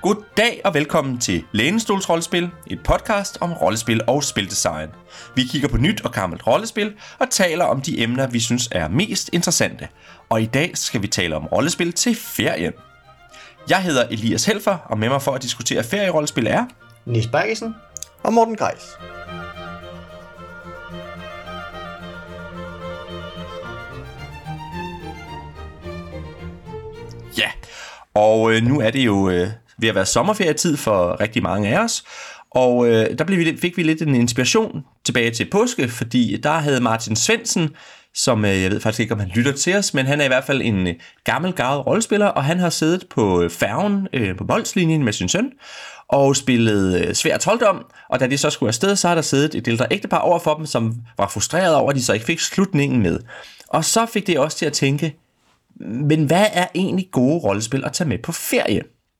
Goddag og velkommen til Lænestols Rollespil, et podcast om rollespil og spildesign. Vi kigger på nyt og gammelt rollespil og taler om de emner, vi synes er mest interessante. Og i dag skal vi tale om rollespil til ferien. Jeg hedder Elias Helfer, og med mig for at diskutere ferierollespil er Nis Bergesen og Morten Greis. Ja, og nu er det jo ved at være sommerferietid for rigtig mange af os. Og der fik vi lidt en inspiration tilbage til påske, fordi der havde Martin Svendsen, som jeg ved faktisk ikke, om han lytter til os, men han er i hvert fald en gammel rollespiller, og han har siddet på færgen på Molslinjen med sin søn, og spillet svær trolddom, og da de så skulle afsted, så har der siddet et ældre ægtepar over for dem, som var frustreret over, at de så ikke fik slutningen med. Og så fik det også til at tænke, men hvad er egentlig gode rollespil at tage med på ferie?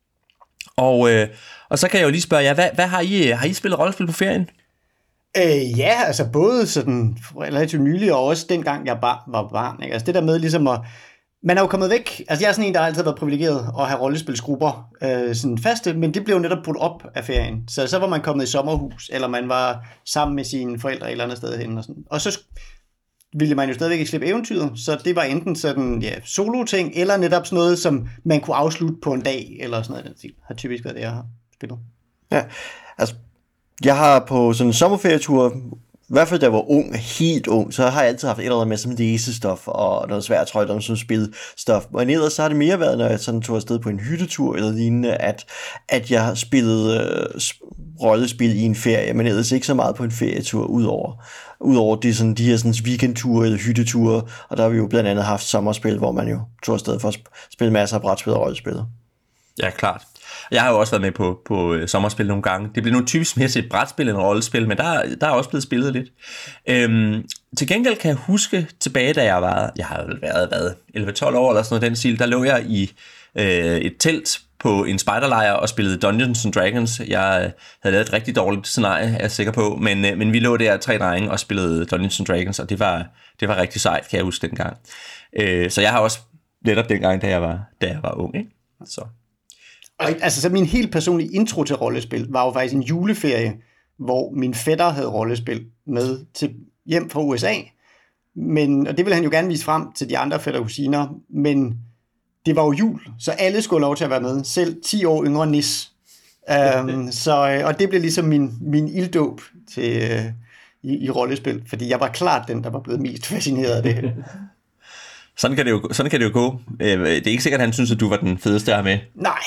Og så kan jeg jo lige spørge jer, hvad har I spillet rollespil på ferien? Ja, altså både sådan relativt nylig og også dengang jeg var barn. Ikke? Altså det der med ligesom at... Man er jo kommet væk. Altså jeg er sådan en, der har altid været privilegeret at have rollespilsgrupper sådan faste, men det blev netop brudt op af ferien. Så var man kommet i sommerhus, eller man var sammen med sine forældre et eller andet sted hen. Og så ville man jo stadigvæk ikke slippe eventyret, så det var enten sådan, ja, solo-ting, eller netop sådan noget, som man kunne afslutte på en dag, eller sådan noget. Det har typisk været det, jeg har spillet. Ja, altså, jeg har på sådan en sommerferietur, i hvert fald da jeg var ung, helt ung, så har jeg altid haft et eller andet med som læsestof, og noget svært trøjt som spilstof. Og ellers så har det mere været, når jeg sådan tog afsted på en hyttetur, eller lignende, at jeg har spillet rollespil i en ferie, men ellers ikke så meget på en ferietur, udover det sådan, de her sådan weekendture eller hytteture, og der har vi jo blandt andet haft sommerspil, hvor man jo tog afsted for at spille masser af brætspil og rollespil. Ja, klart. Jeg har jo også været med på sommerspil nogle gange. Det bliver nu typisk mere til et brætspil end rollespil, men der er også blevet spillet lidt. Til gengæld kan jeg huske tilbage, da jeg har været 11-12 år eller sådan noget den stil, der lå jeg i et telt på en spejderlejr og spillede Dungeons and Dragons. Jeg havde lavet et rigtig dårligt scenarie, er jeg sikker på, men vi lå der 3 drenge og spillede Dungeons and Dragons, og det var rigtig sejt, kan jeg huske dengang. Så jeg har også netop dengang, da jeg var ung, ikke? Så. Altså, så min helt personlige intro til rollespil var jo faktisk en juleferie, hvor min fætter havde rollespil med hjem fra USA. Og det ville han jo gerne vise frem til de andre fætter og kusiner, men det var jo jul, så alle skulle have lov til at være med, selv 10 år yngre Nis. Og det blev ligesom min ilddåb i rollespil, fordi jeg var klart den, der var blevet mest fascineret af det. Sådan kan det jo gå. Det er ikke sikkert, at han synes, at du var den fedeste her med. Nej.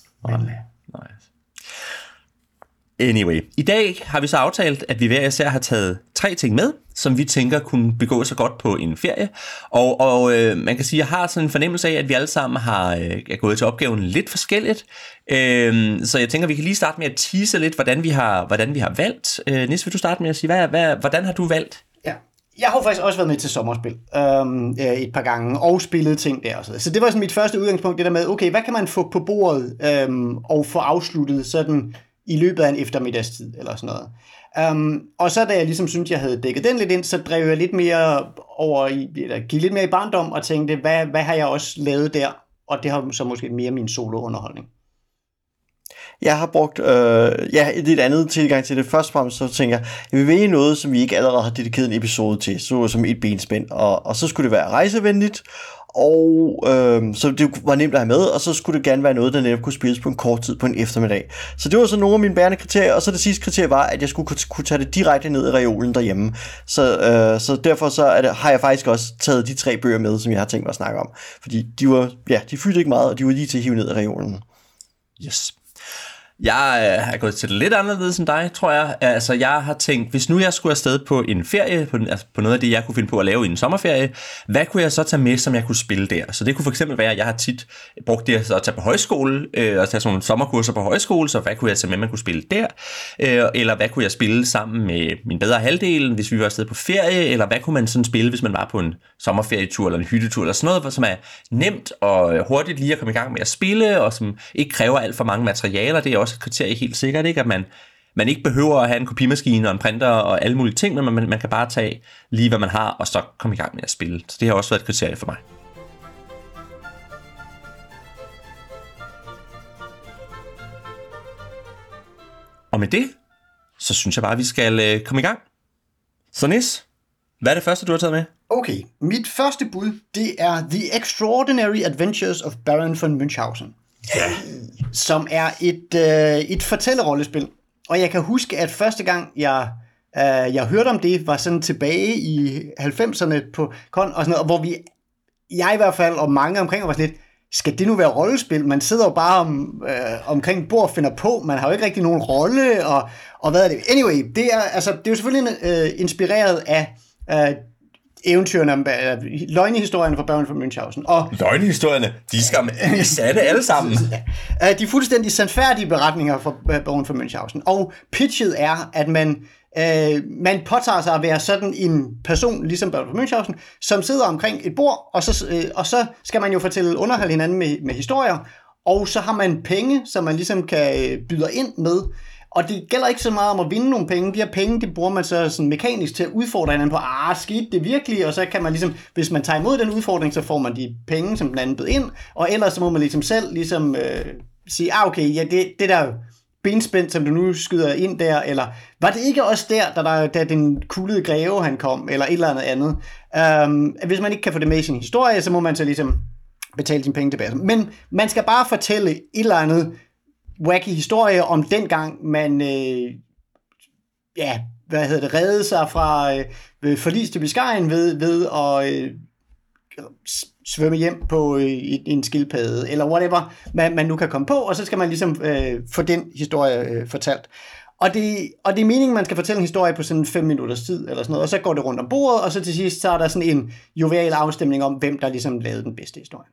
Anyway, i dag har vi så aftalt, at vi hver især har taget 3 ting med, som vi tænker kunne begå sig godt på en ferie. Og man kan sige, at jeg har sådan en fornemmelse af, at vi alle sammen er gået til opgaven lidt forskelligt. Så jeg tænker, at vi kan lige starte med at tease lidt, hvordan vi har valgt. Nis, vil du starte med at sige, hvordan har du valgt? Ja. Jeg har faktisk også været med til sommerspil et par gange, og spillet ting der. Så det var sådan mit første udgangspunkt, det der med, okay, hvad kan man få på bordet og få afsluttet sådan i løbet af en eftermiddagstid, eller sådan noget. Og så da jeg ligesom syntes, jeg havde dækket den lidt ind, så drev jeg lidt mere gik lidt mere i barndom, og tænkte, hvad har jeg også lavet der? Og det har så måske mere min solo-underholdning. Jeg har brugt et lidt andet tilgang til det. Først og fremmest så tænker jeg vil vælge noget, som vi ikke allerede har dedikeret en episode til, så som et benspænd, og så skulle det være rejsevenligt, og så det var nemt at have med, og så skulle det gerne være noget, der netop kunne spilles på en kort tid på en eftermiddag. Så det var så nogle af mine bærende kriterier, og så det sidste kriterie var, at jeg skulle kunne tage det direkte ned i reolen derhjemme. Så derfor så har jeg faktisk også taget de 3 bøger med, som jeg har tænkt mig at snakke om, fordi de fyldte ikke meget, og de var lige til at hive ned i reolen. Yes. Jeg er gået til det lidt anderledes end dig, tror jeg. Altså, jeg har tænkt, hvis nu jeg skulle afsted på en ferie, på noget af det, jeg kunne finde på at lave i en sommerferie, hvad kunne jeg så tage med, som jeg kunne spille der? Så det kunne for eksempel være, at jeg har tit brugt det at tage på højskole, og tage sådan nogle sommerkurser på højskole, så hvad kunne jeg tage med, man kunne spille der? Eller hvad kunne jeg spille sammen med min bedre halvdel, hvis vi var afsted på ferie? Eller hvad kunne man sådan spille, hvis man var på en sommerferietur eller en hyttetur, eller sådan noget, som er nemt og hurtigt lige at komme i gang med at spille, og som ikke kræver alt for mange materialer. Det er også et kriterie helt sikkert, ikke? At man ikke behøver at have en kopimaskine og en printer og alle mulige ting, men man kan bare tage lige, hvad man har, og så komme i gang med at spille. Så det har også været et kriterie for mig. Og med det, så synes jeg bare, at vi skal komme i gang. Så Nis, hvad er det første, du har taget med? Okay, mit første bud, det er The Extraordinary Adventures of Baron von Münchhausen. Ja. Som er et fortællerollespil. Og jeg kan huske, at første gang, jeg hørte om det, var sådan tilbage i 90'erne på Con, og sådan noget, hvor jeg i hvert fald, og mange omkring var sådan lidt, skal det nu være rollespil? Man sidder jo bare omkring et bord og finder på, man har jo ikke rigtig nogen rolle, og hvad er det? Anyway, det er jo selvfølgelig inspireret af eventyrene, løgnehistorierne fra Baron von Münchhausen. Og løgnehistorierne, de skal sande alle sammen. De fuldstændig sandfærdige beretninger fra Baron von Münchhausen. Og pitchet er, at man påtager sig at være sådan en person, ligesom Baron von Münchhausen, som sidder omkring et bord, og så skal man jo underholde hinanden med historier, og så har man penge, som man ligesom kan byde ind med. Og det gælder ikke så meget om at vinde nogle penge. De her penge, det bruger man så sådan mekanisk til at udfordre hinanden på. Skete det virkelig? Og så kan man ligesom, hvis man tager imod den udfordring, så får man de penge, som den anden bød ind. Og ellers så må man ligesom selv sige, okay, ja, det der benspænd, som du nu skyder ind der, eller var det ikke også da den kuglede greve, han kom, eller et eller andet. Hvis man ikke kan få det med i sin historie, så må man så ligesom betale sine penge tilbage. Men man skal bare fortælle et eller andet wacky historie om dengang man reddede sig fra forlis til Biscayen ved at svømme hjem på en skildpadde, eller whatever man nu kan komme på, og så skal man ligesom få den historie fortalt. Og det er meningen, man skal fortælle en historie på sådan 5 minutters tid, eller sådan noget, og så går det rundt om bordet, og så til sidst, så er der sådan en jovial afstemning om, hvem der ligesom lavede den bedste historie.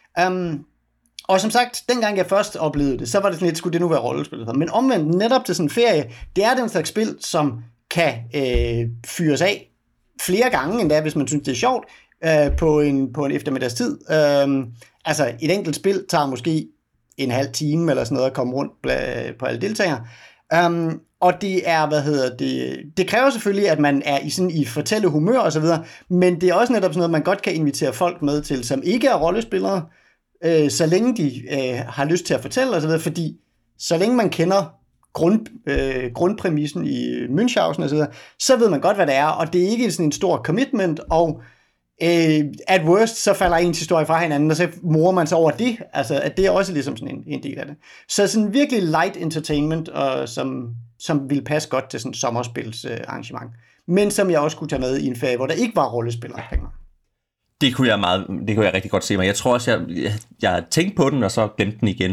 Og som sagt, dengang jeg først oplevede det, så var det sådan lidt, skulle det nu være rollespil? Men omvendt, netop til sådan en ferie, det er den slags spil, som kan fyres af flere gange endda, hvis man synes, det er sjovt, på en eftermiddags tid. Altså, et enkelt spil tager måske en halv time eller sådan noget at komme rundt på alle deltagere. Og det er, det kræver selvfølgelig, at man er i fortællehumør og så videre, men det er også netop sådan noget, man godt kan invitere folk med til, som ikke er rollespillere, så længe de har lyst til at fortælle og så videre, fordi så længe man kender grundpræmissen i Münchhausen og så videre, så ved man godt, hvad det er, og det er ikke sådan en stor commitment, og at worst, så falder ens historie fra hinanden, og så morer man sig over det, altså at det er også ligesom sådan en del af det. Så sådan virkelig light entertainment, og som ville passe godt til sådan et sommerspilsarrangement, men som jeg også kunne tage med i en ferie, hvor der ikke var rollespillere omkring mig. Det kunne jeg rigtig godt se mig. Jeg tror også, jeg tænkte på den, og så glemte den igen.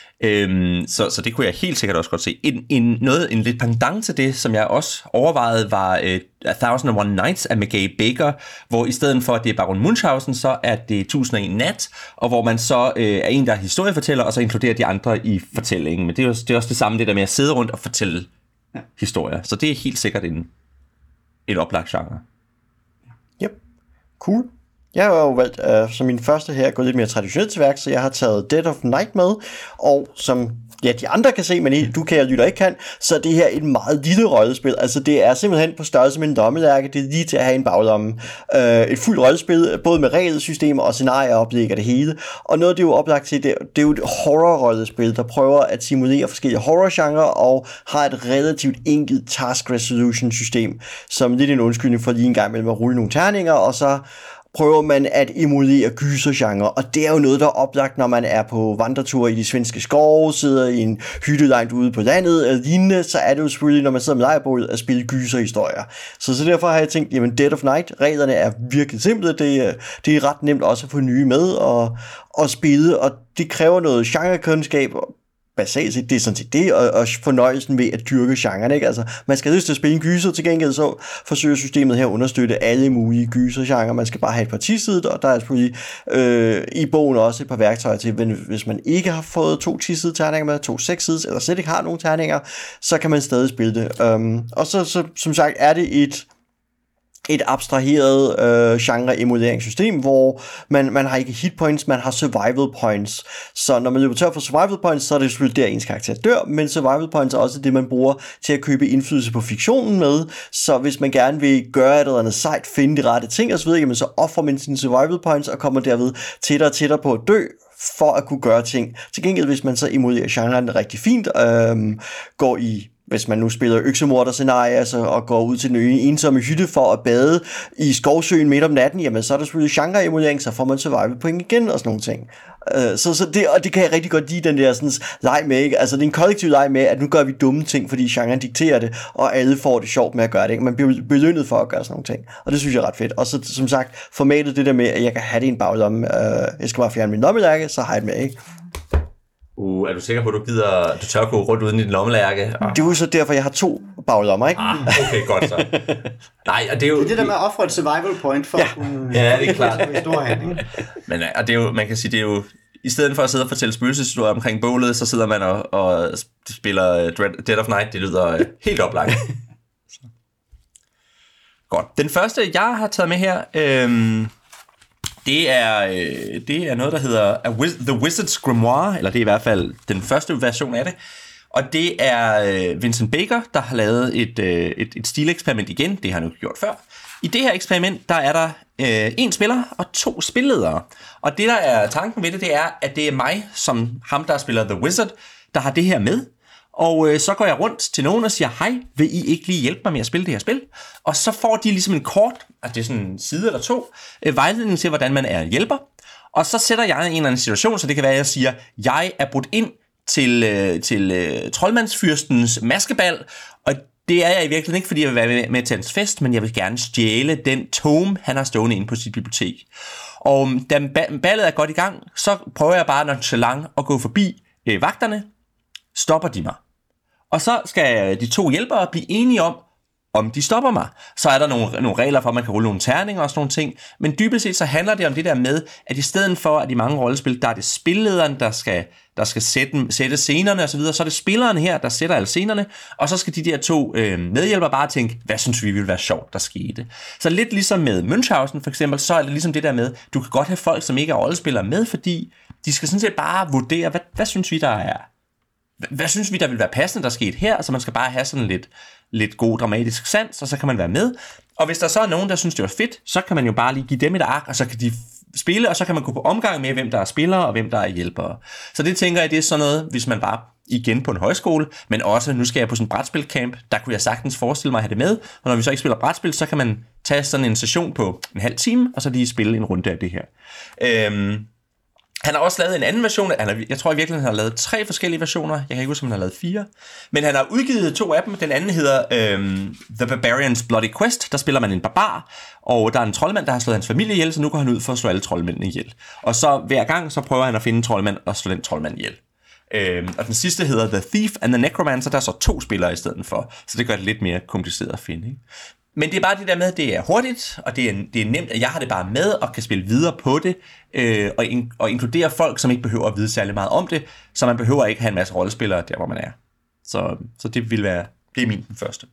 Så det kunne jeg helt sikkert også godt se. En lidt pendant til det, som jeg også overvejede, var A Thousand and One Nights af McGay Baker, hvor i stedet for, at det er Baron Münchhausen, så er det 1001 Nat, og hvor man så er en, der er historiefortæller, og så inkluderer de andre i fortællingen. Men det er også det samme, det der med at sidde rundt og fortælle historier. Så det er helt sikkert en oplagt genre. Yep, cool. Jeg har jo valgt som min første her gået lidt mere traditionelt til værk, så jeg har taget Dead of Night med, og som de andre kan se, men du kære lytter ikke kan, så det her er et meget lille rollespil. Altså det er simpelthen på størrelse med en dommelærke, det er lige til at have en baglomme. Et fuldt rollespil, både med regelsystemer og scenarieoplæg og det hele. Og noget det er jo oplagt til, det er jo et horror-rollespil, der prøver at simulere forskellige horror-genrer og har et relativt enkelt task resolution system, som lidt en undskyldning for lige en gang mellem at rulle nogle terninger, og så prøver man at emulere gysergenre, og det er jo noget, der er oplagt, når man er på vandretur i de svenske skove, sidder i en hytte langt ude på landet, eller lignende, så er det jo selvfølgelig, når man sidder med lejrbålet, at spille gyserhistorier. Så derfor har jeg tænkt, jamen Dead of Night, reglerne er virkelig simple, det er ret nemt også at få nye med og spille, og det kræver noget genrekundskab, basalt set, det er sådan set det, og fornøjelsen ved at dyrke genren, ikke? Altså, man skal have lyst til at spille en gyser, til gengæld så forsøger systemet her at understøtte alle mulige gysergenrer, man skal bare have et partisidet, og der er selvfølgelig i bogen også et par værktøjer til, hvis man ikke har fået 2 10-sidede terninger med, 2 6-sides, eller slet ikke har nogen terninger, så kan man stadig spille det. Og så som sagt er det et abstraheret genre-emuleringssystem, hvor man har ikke hitpoints, man har survival points. Så når man løber tør for survival points, så er det selvfølgelig der ens karakter dør, men survival points er også det, man bruger til at købe indflydelse på fiktionen med. Så hvis man gerne vil gøre et eller andet sejt, finde de rette ting osv., jamen så offrer man sine survival points og kommer derved tættere og tættere på at dø, for at kunne gøre ting. Til gengæld, hvis man så emulerer genren rigtig fint, går i hvis man nu spiller øksemorder-scenarie, altså, og går ud til den ensomme hytte for at bade i skovsøen midt om natten, jamen så er der selvfølgelig genre-emulering, så får man survival point igen og sådan nogle ting. Og det kan jeg rigtig godt lide, den der sådan leg med, ikke? Altså det er en kollektiv leg med, at nu gør vi dumme ting, fordi genren dikterer det, og alle får det sjovt med at gøre det, ikke? Man bliver belønnet for at gøre sådan nogle ting, og det synes jeg er ret fedt. Og så som sagt, formatet det der med, at jeg kan have det i en baglomme, jeg skal bare fjerne min lommelærke, så har jeg det med, ikke? Er du sikker på, at du tør gå rundt uden din lommelærke? Det er jo så derfor, jeg har 2 baglommer, ikke? Okay, godt så. Nej, og det er jo... Det er det der med at ofre et survival point for ja, det er klart. Men og det er jo, man kan sige, det er jo... I stedet for at sidde og fortælle spøgelseshistorier omkring bålet, så sidder man og spiller Dead of Night. Det lyder helt oplagt. Godt. Den første, jeg har taget med her... Det er noget, der hedder The Wizard's Grimoire, eller det er i hvert fald den første version af det. Og det er Vincent Baker, der har lavet et stileksperiment igen. Det har han jo gjort før. I det her eksperiment, der er der 1 spiller og 2 spilledere. Og det, der er tanken ved det, det er, at det er mig, som ham, der spiller The Wizard, der har det her med. Og så går jeg rundt til nogen og siger, hej, vil I ikke lige hjælpe mig med at spille det her spil? Og så får de ligesom en kort, altså det er sådan en side eller 2, vejledning til, hvordan man er hjælper. Og så sætter jeg i en eller anden situation, så det kan være, at jeg siger, jeg er brudt ind til troldmandsfyrstens maskebal, og det er jeg i virkeligheden ikke, fordi jeg vil være med til hans fest, men jeg vil gerne stjæle den tome, han har stående inde på sit bibliotek. Og da ballet er godt i gang, så prøver jeg bare nonchalant at gå forbi vagterne, stopper de mig. Og så skal de 2 hjælpere blive enige om de stopper mig. Så er der nogle regler for, at man kan rulle nogle terninger og sådan nogle ting. Men dybest set så handler det om det der med, at i stedet for, at i mange rollespil, der er det spillederen, der skal sætte scenerne osv., så er det spilleren her, der sætter alle scenerne, og så skal de der 2 medhjælpere bare tænke, hvad synes vi ville være sjovt, der skete. Så lidt ligesom med Münchhausen for eksempel, så er det ligesom det der med, du kan godt have folk, som ikke er rollespillere med, fordi de skal sådan set bare vurdere, hvad synes vi, der er... Hvad synes vi, der vil være passende, der skete her? Altså man skal bare have sådan lidt god dramatisk sans, og så kan man være med. Og hvis der så er nogen, der synes, det var fedt, så kan man jo bare lige give dem et ark, og så kan de spille, og så kan man gå på omgang med, hvem der er spillere, og hvem der er hjælpere. Så det tænker jeg, det er sådan noget, hvis man bare igen på en højskole, men også, nu skal jeg på sådan en brætspilcamp, der kunne jeg sagtens forestille mig at have det med, og når vi så ikke spiller brætspil, så kan man tage sådan en session på en halv time, og så lige spille en runde af det her. Han har også lavet en anden version. Jeg tror i virkeligheden, han har lavet 3 forskellige versioner. Jeg kan ikke huske, om han har lavet 4. Men han har udgivet 2 af dem. Den anden hedder The Barbarian's Bloody Quest. Der spiller man en barbar, og der er en troldmand, der har slået hans familie ihjel, så nu går han ud for at slå alle troldmændene ihjel. Og så hver gang, så prøver han at finde en troldmand og slå den troldmand ihjel. Og den sidste hedder The Thief and the Necromancer. Der er så 2 spillere i stedet for, så det gør det lidt mere kompliceret at finde, ikke? Men det er bare det der med, at det er hurtigt, og det er nemt, at jeg har det bare med og kan spille videre på det, og inkludere folk, som ikke behøver at vide særlig meget om det, så man behøver ikke have en masse rollespillere der, hvor man er. Så det vil være, det er den første.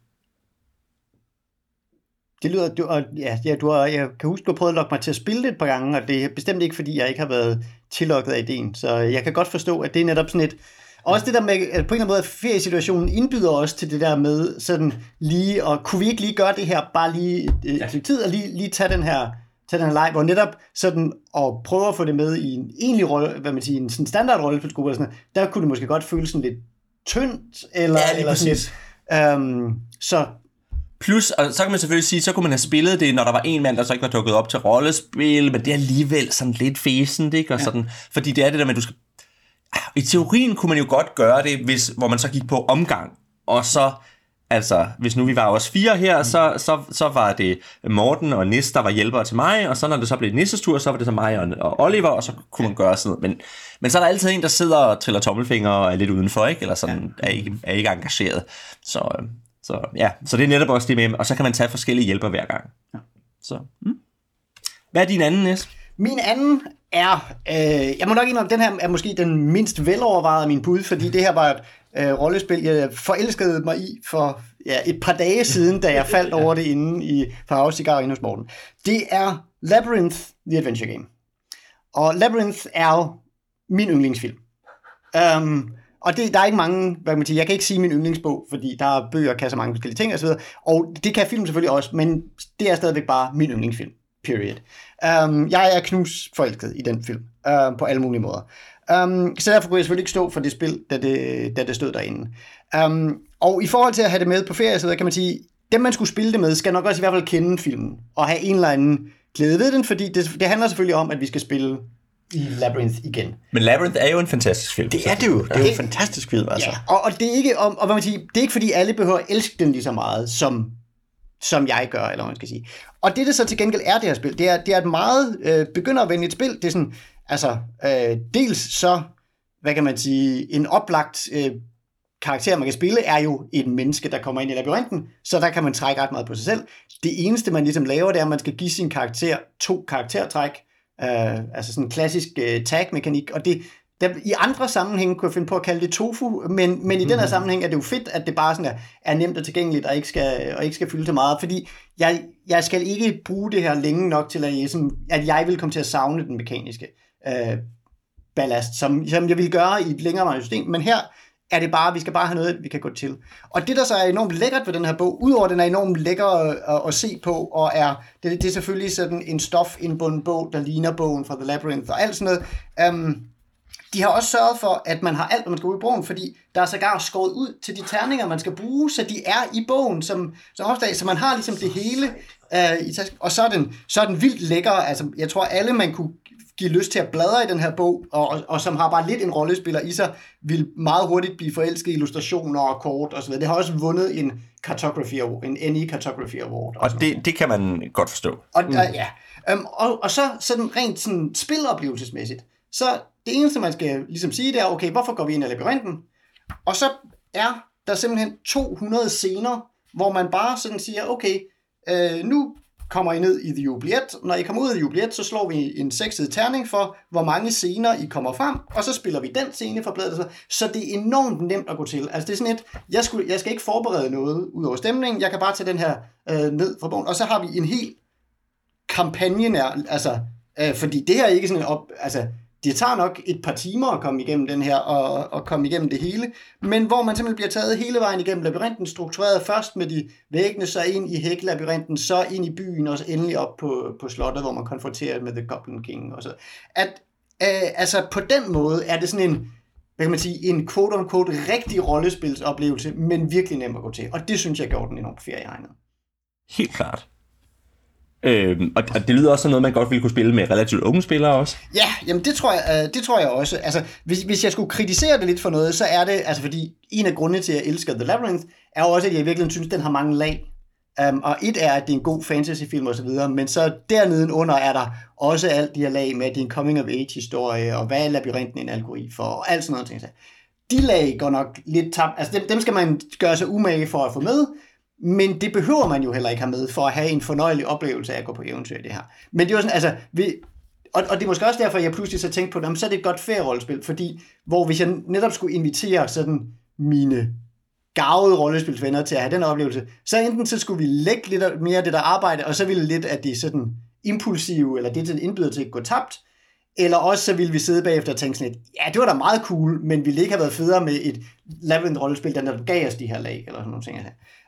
Det lyder, jeg kan huske, du har prøvet at lokke mig til at spille det et par gange, og det er bestemt ikke, fordi jeg ikke har været tillokket af ideen, så jeg kan godt forstå, at det er netop sådan et. Også det der med, at på en eller anden måde, at feriesituationen indbyder os til det der med sådan lige, og kunne vi ikke lige gøre det her, bare lige et tid, og lige tage den her leg, hvor netop sådan, og prøve at få det med i en egentlig rolle, hvad man siger, en sådan standard rollespilsgruppe, sådan, der kunne det måske godt føles sådan lidt tyndt, eller sådan så. Plus, og så kan man selvfølgelig sige, så kunne man have spillet det, når der var en mand, der så ikke var dukket op til rollespil, men det er alligevel sådan lidt fæsent, ikke? Og sådan, fordi det er det der med, at du skal. I teorien kunne man jo godt gøre det, hvor man så gik på omgang, og så, altså, hvis nu vi var os 4 her, så var det Morten og Nis, der var hjælpere til mig, og så når det så blev Nisses tur, så var det så mig og Oliver, og så kunne man gøre sådan noget. Men så er der altid en, der sidder og triller tommelfingre og er lidt udenfor, ikke? Eller sådan, er ikke engageret. Så det er netop også det med, og så kan man tage forskellige hjælper hver gang. Så, Hvad er din anden, Nis? Min anden er, jeg må nok indrømme, den her er måske den mindst velovervejede af min bud, fordi det her var et rollespil, jeg forelskede mig i for et par dage siden, da jeg faldt over det inde i Farve inde hos Morten. Det er Labyrinth, The Adventure Game. Og Labyrinth er jo min yndlingsfilm. Og der er ikke mange, hvad kan man sige, jeg kan ikke sige min yndlingsbog, fordi der er bøger, kan så mange forskellige ting osv., og det kan film selvfølgelig også, men det er stadigvæk bare min yndlingsfilm. Period. Jeg er knusforelsket i den film, på alle mulige måder. Så derfor kunne jeg selvfølgelig ikke stå for det spil, da det stod derinde. Og i forhold til at have det med på ferie, så kan man sige, dem man skulle spille det med, skal nok også i hvert fald kende filmen, og have en eller anden glæde ved den, fordi det handler selvfølgelig om, at vi skal spille i Labyrinth igen. Men Labyrinth er jo en fantastisk film. Det er det jo. Det er jo en fantastisk film, altså. Ja, og det er ikke om, og hvad man siger, det er ikke fordi alle behøver at elske den lige så meget, som jeg gør, eller hvad man skal sige. Og det så til gengæld er det her spil, det er et meget begyndervenligt spil. Det er sådan, altså, dels så, hvad kan man sige, en oplagt karakter, man kan spille, er jo et menneske, der kommer ind i labyrinten, så der kan man trække ret meget på sig selv. Det eneste, man ligesom laver, det er, at man skal give sin karakter 2 karaktertræk, altså sådan en klassisk tag-mekanik, og det, i andre sammenhænge kunne jeg finde på at kalde det tofu, men i den her sammenhæng er det jo fedt, at det bare sådan er nemt og tilgængeligt, og ikke skal fylde så meget, fordi jeg skal ikke bruge det her længe nok til, at jeg vil komme til at savne den mekaniske ballast, som jeg ville gøre i et længere system, men her er det bare, vi skal bare have noget, vi kan gå til. Og det, der så er enormt lækkert ved den her bog, udover den er enormt lækker at se på, og det er selvfølgelig sådan en stofindbundet bog, der ligner bogen fra The Labyrinth og alt sådan noget. De har også sørget for, at man har alt, hvad man skal ud i bogen, fordi der er sågar skåret ud til de terninger, man skal bruge, så de er i bogen som opslag, så man har ligesom det hele i tasken. Og så er den vildt lækker. Altså, jeg tror, alle man kunne give lyst til at bladre i den her bog, og som har bare lidt en rollespiller i sig, vil meget hurtigt blive forelsket i illustrationer og kort og så videre. Det har også vundet en Cartography Award, en NE Cartography Award. Og det kan man godt forstå. Og så sådan rent sådan spiloplevelsesmæssigt, så det eneste, man skal ligesom sige, det er, okay, hvorfor går vi ind i labyrinten? Og så er der simpelthen 200 scener, hvor man bare sådan siger, okay, nu kommer I ned i The Oubliette. Når I kommer ud af The Oubliette, så slår vi en 6-sidet terning for, hvor mange scener I kommer frem, og så spiller vi den scene fra bladet. Så det er enormt nemt at gå til. Altså det er sådan et, jeg skal ikke forberede noget ud over stemningen, jeg kan bare tage den her ned fra bogen, og så har vi en helt kampagne nær, altså, fordi det her er ikke sådan en det tager nok et par timer at komme igennem den her, og komme igennem det hele, men hvor man simpelthen bliver taget hele vejen igennem labyrinten, struktureret først med de væggene, så ind i hæklabyrinten, så ind i byen, og så endelig op på slottet, hvor man konfronterer med The Goblin King, og så. Altså på den måde er det sådan en, hvad kan man sige, en quote-unquote rigtig rollespilsoplevelse, men virkelig nem at gå til, og det synes jeg gjorde den enormt ferieegnet. Helt klart. Og det lyder også som noget, man godt ville kunne spille med relativt unge spillere også. Ja, jamen det tror jeg også. Altså, hvis jeg skulle kritisere det lidt for noget, så er det, altså fordi en af grundene til, at jeg elsker The Labyrinth, er jo også, at jeg virkelig synes, den har mange lag. Og et er, at det er en god fantasyfilm og så videre, men så dernede under er der også alt de her lag med, at det er en coming-of-age-historie, og hvad er labyrinten en algoritme for, og alt sådan noget ting. De lag går nok lidt tabt. Altså dem skal man gøre sig umage for at få med, men det behøver man jo heller ikke have med, for at have en fornøjelig oplevelse af at gå på eventyr i det her. Men det er jo sådan, altså, og det er måske også derfor, jeg pludselig så tænkte på, så er det et godt ferierollespil, fordi, hvor hvis jeg netop skulle invitere sådan mine garvede rollespilsvenner til at have den oplevelse, så enten så skulle vi lægge lidt mere af det der arbejde, og så ville lidt af det sådan impulsive, eller det den indbyder til at gå tabt, eller også så ville vi sidde bagefter og tænke sådan lidt, ja, det var da meget cool, men ville det ikke have været federe med et Labyrinth-rollespil, der gav os de her lag, eller sådan nogle ting.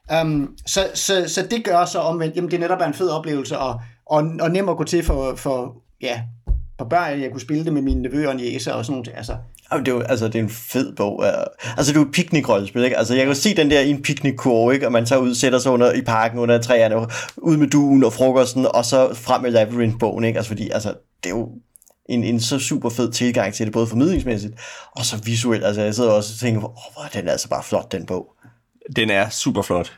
Så det gør så omvendt, jamen det netop er en fed oplevelse, og nem at gå til for børn, jeg kunne spille det med mine nevøer og niæser og sådan noget. Det er en fed bog. Altså det er jo piknikrollespil, ikke? Altså jeg kan se den der i en piknikkurve, ikke? Og man tager ud, sætter sig under i parken under træerne, ud med duen og frokosten, og så frem med Labyrinth-bogen, ikke? Altså fordi, det er jo en så super fed tilgang til det, både formidlingsmæssigt og så visuelt. Altså jeg sidder også og tænker, hvor den er altså bare flot, den bog. Den er super flot.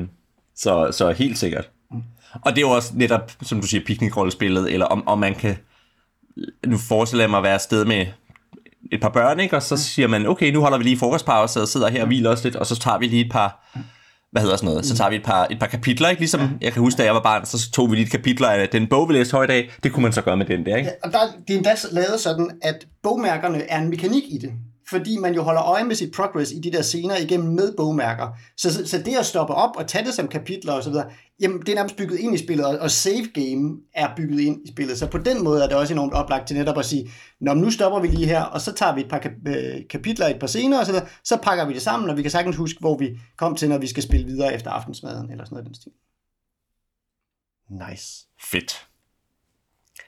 Så helt sikkert. Og det er jo også netop, som du siger, piknikrollespillet, eller om man kan, nu forestiller jeg mig at være afsted med et par børn, ikke? Og så siger man, okay, nu holder vi lige frokostpause og sidder her og hviler os lidt, og så tager vi lige et par, så tager vi et par kapitler, ikke? Ligesom jeg kan huske, da jeg var barn, så tog vi lige et kapitler af den bog, vi læste højt af. Det kunne man så gøre med den der, ikke? Ja, og det er endda lavet sådan, at bogmærkerne er en mekanik i det. Fordi man jo holder øje med sit progress i de der scener igennem med bogmærker. Så det at stoppe op og tage det som kapitler og så videre, jamen det er nærmest bygget ind i spillet, og save game er bygget ind i spillet. Så på den måde er det også enormt oplagt til netop at sige, nu stopper vi lige her, og så tager vi et par kapitler, et par scener og så videre, så pakker vi det sammen, og vi kan sagtens huske, hvor vi kom til, når vi skal spille videre efter aftensmaden, eller sådan noget den stil. Nice. Fedt.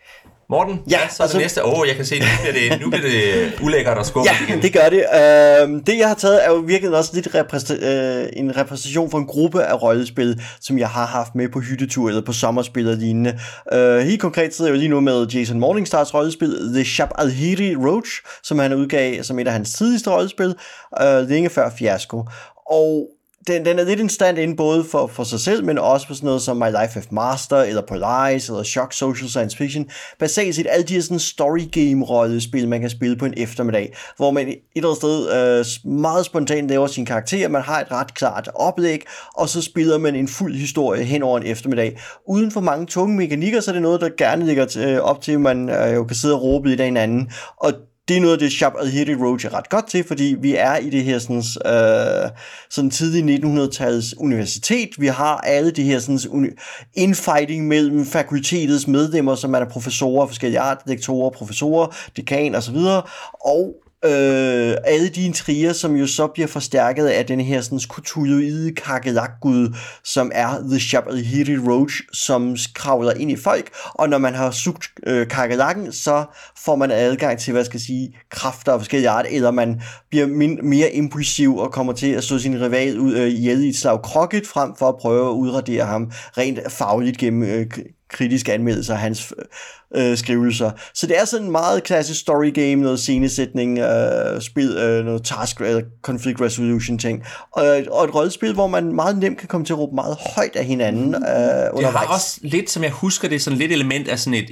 Morten, Ja, så er det næste. Jeg kan se, nu bliver det ulækkert og skuffet Ja, igen. det gør det. Det, jeg har taget, er jo virkelig også lidt en repræsentation for en gruppe af rollespil, som jeg har haft med på hyttetur eller på sommerspil og lignende. Helt konkret sidder jeg jo lige nu med Jason Morningstars rollespil, The Shab al-Hiri Roach, som han udgav som et af hans tidligste rollespil, længe før Fiasko. Og den er lidt en stand-in både for sig selv, men også på sådan noget som My Life of Master, eller Polaris, eller Shock Social Science Fiction. Basalt set alle de her sådan story game rollespil, man kan spille på en eftermiddag, hvor man et eller andet sted meget spontant laver sin karakter, man har et ret klart oplæg, og så spiller man en fuld historie hen over en eftermiddag. Uden for mange tunge mekanikker, så er det noget, der gerne ligger op til, at man jo kan sidde og råbe lidt af hinanden, og det er noget af det, Shab al-Hiri Roach er ret godt til, fordi vi er i det her sådan tidlig 1900-tallets universitet. Vi har alle de her sådan infighting mellem fakultetets medlemmer, som er professorer, forskellige art, lektorer, professorer, dekan osv. Og alle de intriger, som jo så bliver forstærket af den her sådan Cthulhuide kakelakgud, som er The Shab al-Hiri Roach, som kravler ind i folk, og når man har sugt kakelakken, så får man adgang til, hvad skal jeg sige, kræfter af forskellige art, eller man bliver mere impulsiv og kommer til at slå sin rival ihjel i et slag krokket, frem for at prøve at udradere ham rent fagligt gennem kritiske anmeldelser af hans skrivelser. Så det er sådan en meget klassisk story game, noget scenesætning, spil, noget task eller conflict resolution ting, og et rollespil, hvor man meget nemt kan komme til at råbe meget højt af hinanden undervejs. Det har også lidt, som jeg husker det, sådan lidt element af sådan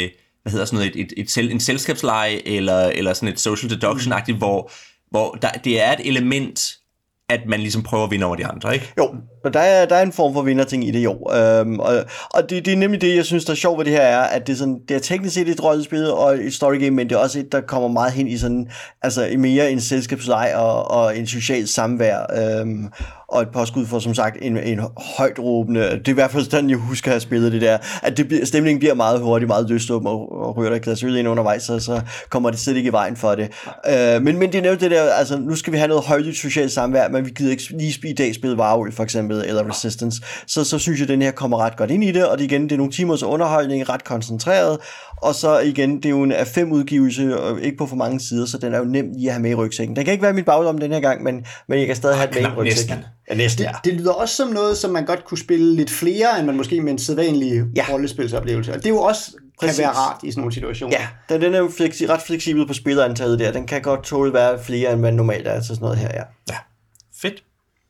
en selskabsleje, eller sådan et social deduction-agtigt, hvor det er et element, at man ligesom prøver at vinde over de andre, ikke? Jo, og der er en form for vinderting i det, jo. Og det er nemlig det, jeg synes, der er sjovt ved det her, er, at det er teknisk set et rollespil og et story game, men det er også et, der kommer meget hen i sådan, altså mere en selskabsleg og en social samvær, og et påskud for, som sagt, en højt råbende, det er i hvert fald sådan, jeg husker at have spillet det der, at stemningen bliver meget hurtigt, meget lyståben, og rører der et glas øl ind undervejs, så kommer det slet ikke i vejen for det. Men det er nævnt det der, altså nu skal vi have noget højt socialt samvær, men vi gider ikke lige i dag spille Varulv for eksempel, eller Resistance, så synes jeg, at den her kommer ret godt ind i det, og det er nogle timers underholdning, ret koncentreret, og så igen, det er jo en af 5 udgivelse, og ikke på for mange sider, så den er jo nem lige at have med i rygsækken. Den kan ikke være mit bagdom den her gang, men jeg kan stadig have det med i rygsækken. Næsten. Det lyder også som noget, som man godt kunne spille lidt flere, end man måske med en sædvanlig rollespilsoplevelse. Og det er jo også kan være rart i sådan nogle situationer. Ja, den er jo ret fleksibel på spillerantallet der. Den kan godt tåle være flere, end man normalt er til sådan noget her, ja. Fedt.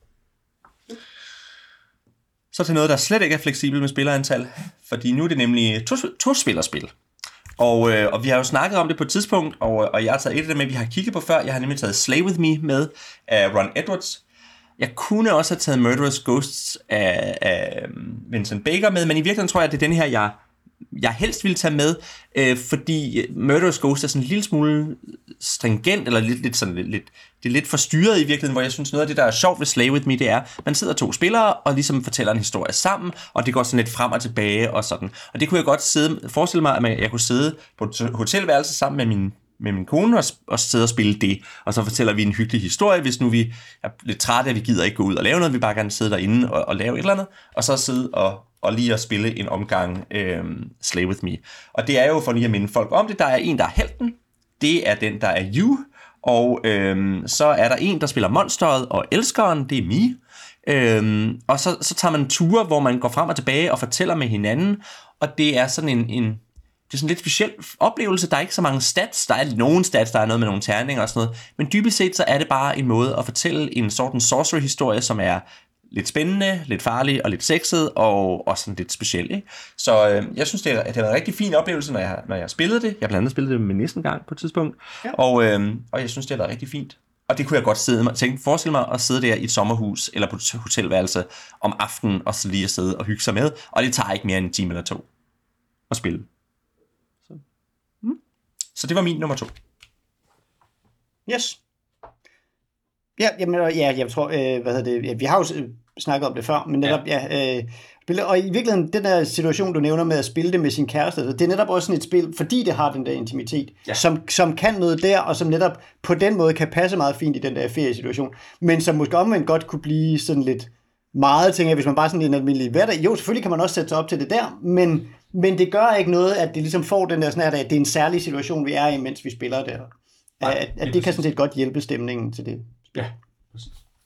Så til noget, der slet ikke er fleksibelt med spillerantal, fordi nu er det nemlig to-spillerspil. Og vi har jo snakket om det på et tidspunkt, og jeg har taget et af dem med, vi har kigget på før. Jeg har nemlig taget Slay With Me med af Ron Edwards. Jeg kunne også have taget Murderous Ghosts af Vincent Baker med, men i virkeligheden tror jeg, at det er den her, jeg helst ville tage med, fordi Murderous Ghosts er sådan en lille smule stringent, eller det er lidt forstyrret i virkeligheden, hvor jeg synes, noget af det, der er sjovt ved Slay With Me, det er, man sidder 2 spillere, og ligesom fortæller en historie sammen, og det går sådan lidt frem og tilbage, og sådan. Og det kunne jeg godt forestille mig, at jeg kunne sidde på et hotelværelse sammen med min kone og sidde og spille det, og så fortæller vi en hyggelig historie, hvis nu vi er lidt trætte, at vi gider ikke gå ud og lave noget, vi bare gerne sidde derinde og lave et eller andet, og så sidde og lige at spille en omgang Slay With Me. Og det er jo for lige at minde folk om det, der er en, der er helten, det er den, der er You, og så er der en, der spiller monsteret og elskeren, det er Me, og så tager man ture, hvor man går frem og tilbage og fortæller med hinanden, og det er sådan det er sådan en lidt speciel oplevelse. Der er ikke så mange stats. Der er nogle stats, der er noget med nogle terninger og sådan noget. Men dybest set, så er det bare en måde at fortælle en sorten sorcery-historie, som er lidt spændende, lidt farlig og lidt sexet og sådan lidt speciel. Ikke? Så jeg synes, det har været en rigtig fin oplevelse, når jeg spillede det. Jeg blandt andet spillede det med næsten gang på et tidspunkt. Ja. Og jeg synes, det har været rigtig fint. Og det kunne jeg godt forestille mig at sidde der i et sommerhus eller på et hotelværelse om aftenen og så lige at sidde og hygge sig med. Og det tager ikke mere end en time eller 2 at spille. Så det var min nummer 2. Yes. Jeg tror, vi har jo snakket om det før, men netop, og i virkeligheden, den der situation, du nævner med at spille det med sin kæreste, det er netop også sådan et spil, fordi det har den der intimitet, som kan noget der, og som netop på den måde kan passe meget fint i den der feriesituation, men som måske omvendt godt kunne blive sådan lidt meget, tænker jeg, hvis man bare sådan en almindelig hverdag. Jo, selvfølgelig kan man også sætte sig op til det der, men men det gør ikke noget, at det ligesom får den der sådan, at det er en særlig situation, vi er i, mens vi spiller det. At det kan sådan set godt hjælpe stemningen til det. Ja, præcis.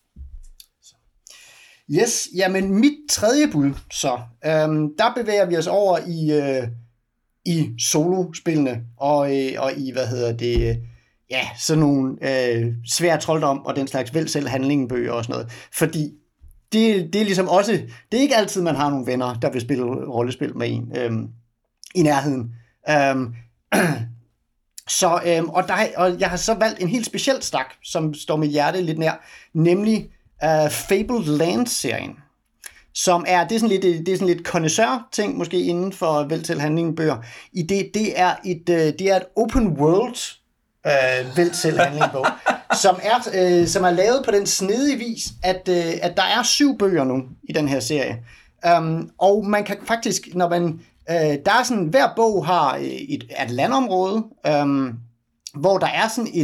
Yes, jamen mit tredje bud, så der bevæger vi os over i solospillene, og i, sådan nogle svære trolddom, og den slags vel selv handlingbøger og sådan noget, fordi det er ligesom også, det er ikke altid, man har nogle venner, der vil spille rollespil med en i nærheden. Og jeg har så valgt en helt speciel stak, som står mit hjerte lidt nær, nemlig Fabled Lands-serien, som det er sådan lidt connoisseur-ting, måske inden for vel til handlingbøger. Det er et open world vel til handlingbog, som er lavet på den snedige vis, at der er 7 bøger nu i den her serie. Og man kan faktisk, når man der er sådan, hver bog har et landområde, hvor der er sådan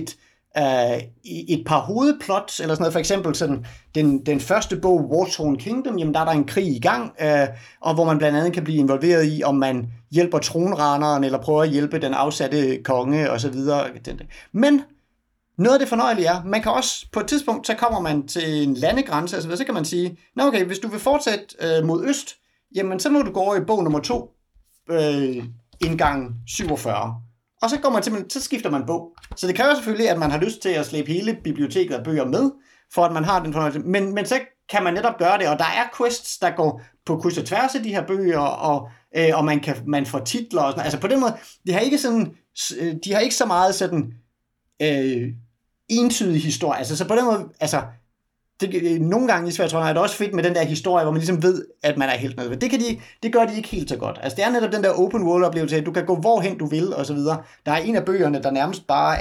et par hovedplots, eller sådan noget, for eksempel sådan, den første bog, Wartorn Kingdom, jamen der er der en krig i gang, og hvor man blandt andet kan blive involveret i, om man hjælper tronraneren, eller prøver at hjælpe den afsatte konge, og så videre. Men noget af det fornøjelige er, man kan også, på et tidspunkt, så kommer man til en landegrænse, altså så kan man sige, nå okay, hvis du vil fortsætte mod øst, jamen så må du gå over i bog nummer 2, indgang 47. Og så går man så skifter man bog. Så det kræver selvfølgelig, at man har lyst til at slæbe hele biblioteket af bøger med, for at man har den fornøjelse. Men så kan man netop gøre det, og der er quests, der går på kryds og tværs af de her bøger, og man får titler og sådan. Altså på den måde, de har ikke så meget sådan entydig historie. Altså så på den måde, altså nogle gange i Sværdtrolden er det også fedt med den der historie, hvor man ligesom ved, at man er helt nødvendig. Det gør de ikke helt så godt. Altså det er netop den der open world oplevelse, at du kan gå hvorhen du vil, og så videre. Der er en af bøgerne, der nærmest bare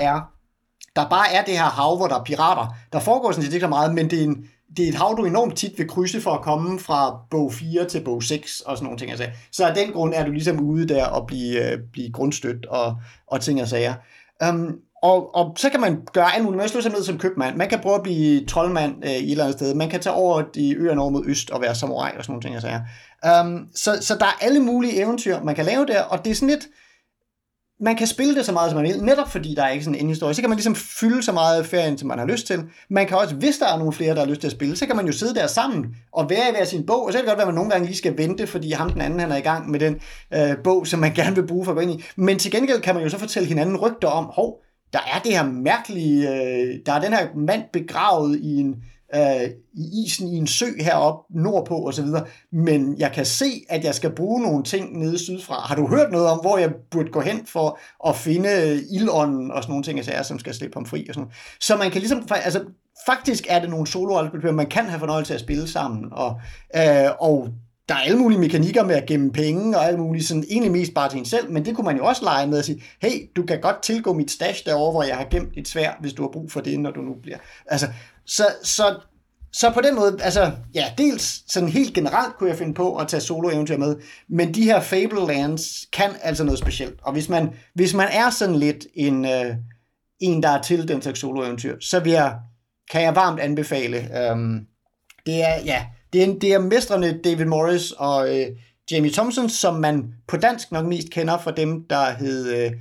er det her hav, hvor der er pirater. Der foregår sådan set ikke så meget, men det er et hav, du enormt tit vil krydse for at komme fra bog 4 til bog 6 og sådan nogle ting. Altså. Så af den grund er du ligesom ude der og blive grundstødt og ting og sager. Og så kan man gøre alt muligt. Man slår sig ned som købmand. Man kan prøve at blive troldmand i et eller andet sted. Man kan tage over de øerne over mod øst og være samurai og sådan nogle ting. Og så der er alle mulige eventyr, man kan lave der, og det er sådan lidt, man kan spille det så meget, som man vil, netop fordi der er ikke sådan en historie. Så kan man ligesom fylde så meget af ferien, som man har lyst til. Man kan også, hvis der er nogle flere, der har lyst til at spille, så kan man jo sidde der sammen og være i hver sin bog, og så kan det godt være, at man nogle gange lige skal vente, fordi ham den anden, han er i gang med den bog, som man gerne vil bruge for at gå ind i. Men til gengæld kan man jo så fortælle hinanden rygter om, der er det her mærkelige, der er den her mand begravet i isen i en sø heroppe nordpå og så videre, men jeg kan se, at jeg skal bruge nogle ting nede sydfra. Har du hørt noget om, hvor jeg burde gå hen for at finde ildånden og sådan nogle ting, som skal slippe ham fri og sådan noget. Så man kan ligesom, altså faktisk er det nogle solo-rollespil, man kan have fornøjelse af at spille sammen, og der er alle mulige mekanikker med at gemme penge, og alt muligt sådan, egentlig mest bare til en selv, men det kunne man jo også lege med at sige, hey, du kan godt tilgå mit stash derovre, hvor jeg har gemt et sværd, hvis du har brug for det, når du nu bliver. Altså, så på den måde, altså, ja, dels sådan helt generelt kunne jeg finde på at tage solo-eventyr med, men de her Fabled Lands kan altså noget specielt, og hvis man er sådan lidt en der er til den slags solo-eventyr, så kan jeg varmt anbefale, det er mestrene David Morris og Jamie Thompson, som man på dansk nok mest kender fra dem, der hed